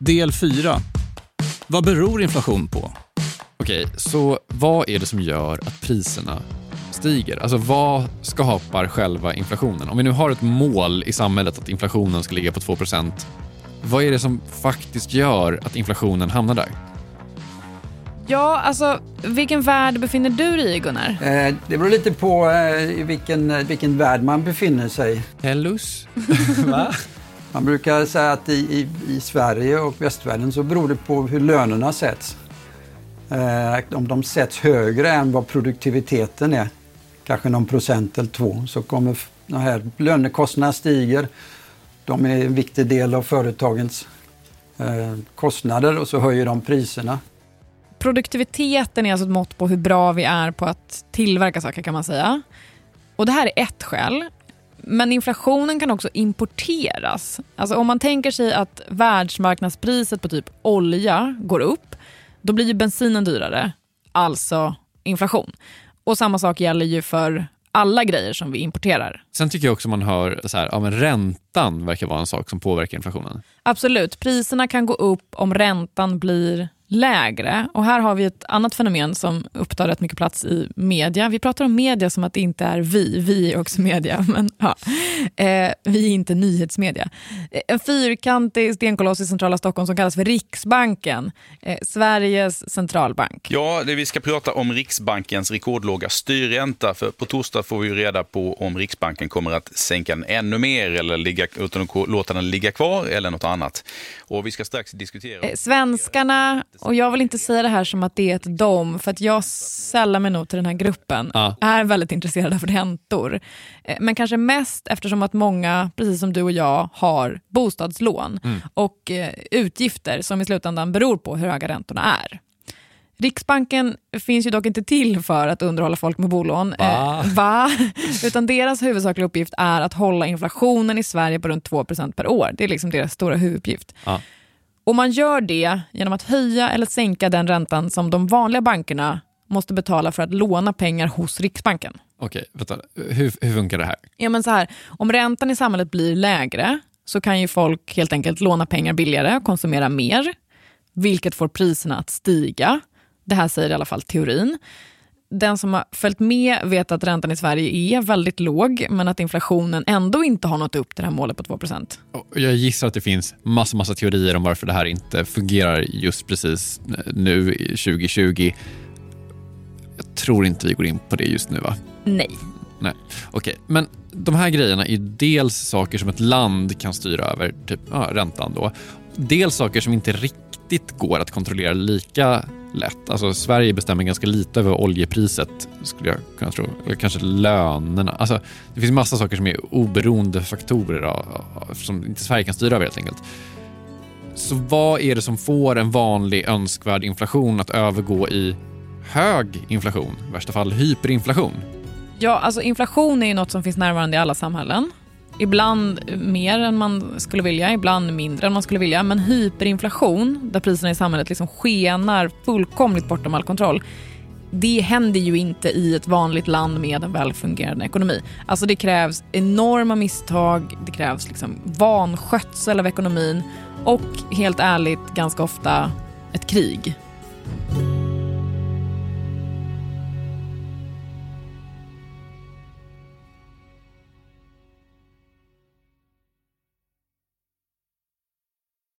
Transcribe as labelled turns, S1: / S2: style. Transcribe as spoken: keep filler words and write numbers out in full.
S1: Del fyra. Vad beror inflation på?
S2: Okej, så vad är det som gör att priserna stiger? Alltså vad skapar själva inflationen? Om vi nu har ett mål i samhället att inflationen ska ligga på två procent, vad är det som faktiskt gör att inflationen hamnar där?
S3: Ja, alltså vilken värld befinner du dig i, Gunnar?
S4: Eh, det beror lite på eh, i vilken, vilken värld man befinner sig.
S2: Hellus? Va?
S4: Man brukar säga att i, i, i Sverige och västvärlden så beror det på hur lönerna sätts. Eh, om de sätts högre än vad produktiviteten är, kanske någon procent eller två, så kommer de här lönekostnaderna stiger. De är en viktig del av företagens eh, kostnader och så höjer de priserna.
S3: Produktiviteten är alltså ett mått på hur bra vi är på att tillverka saker, kan man säga. Och det här är ett skäl. Men inflationen kan också importeras. Alltså om man tänker sig att världsmarknadspriset på typ olja går upp, då blir ju bensinen dyrare. Alltså inflation. Och samma sak gäller ju för alla grejer som vi importerar.
S2: Sen tycker jag också man hör så här, ja, men räntan verkar vara en sak som påverkar inflationen.
S3: Absolut, priserna kan gå upp om räntan blir lägre. Och här har vi ett annat fenomen som upptar rätt mycket plats i media. Vi pratar om media som att det inte är vi. Vi är också media, men ja. Eh, vi är inte nyhetsmedia. En fyrkantig stenkoloss i centrala Stockholm som kallas för Riksbanken. Eh, Sveriges centralbank.
S5: Ja, det vi ska prata om Riksbankens rekordlåga styrränta. För på torsdag får vi ju reda på om Riksbanken kommer att sänka den ännu mer eller ligga, utan att låta den ligga kvar eller något annat. Och vi ska strax diskutera...
S3: Eh, svenskarna... Och jag vill inte säga det här som att det är ett dom, för att jag sällar mig nog till den här gruppen.
S2: Ja.
S3: Är väldigt intresserad av räntor. Men kanske mest eftersom att många, precis som du och jag, har bostadslån mm. och utgifter som i slutändan beror på hur höga räntorna är. Riksbanken finns ju dock inte till för att underhålla folk med bolån.
S2: Va?
S3: Eh, va? Utan deras huvudsakliga uppgift är att hålla inflationen i Sverige på runt två procent per år. Det är liksom deras stora huvuduppgift.
S2: Ja.
S3: Och man gör det genom att höja eller sänka den räntan som de vanliga bankerna måste betala för att låna pengar hos Riksbanken.
S2: Okej, vänta. Hur, hur funkar det här?
S3: Ja, men så här, om räntan i samhället blir lägre så kan ju folk helt enkelt låna pengar billigare och konsumera mer, vilket får priserna att stiga. Det här säger i alla fall teorin. Den som har följt med vet att räntan i Sverige är väldigt låg, men att inflationen ändå inte har nått upp till det här målet på två procent.
S2: Jag gissar att det finns massa, massa teorier om varför det här inte fungerar just precis nu tjugo tjugo. Jag tror inte vi går in på det just nu, va?
S3: Nej.
S2: Nej, okej. Men de här grejerna är dels saker som ett land kan styra över, typ ja, räntan då. Dels saker som inte riktigt går att kontrollera lika lätt. Alltså Sverige bestämmer ganska lite över oljepriset, skulle jag kunna tro. Eller kanske lönerna. Alltså det finns massa saker som är oberoende faktorer då, som inte Sverige kan styra över helt enkelt. Så vad är det som får en vanlig önskvärd inflation att övergå i hög inflation? I värsta fall hyperinflation.
S3: Ja, alltså inflation är ju något som finns närvarande i alla samhällen. Ibland mer än man skulle vilja, ibland mindre än man skulle vilja. Men hyperinflation, där priserna i samhället liksom skenar fullkomligt bortom all kontroll, det händer ju inte i ett vanligt land med en välfungerande ekonomi. Alltså det krävs enorma misstag, det krävs liksom vanskötsel av ekonomin och helt ärligt ganska ofta ett krig.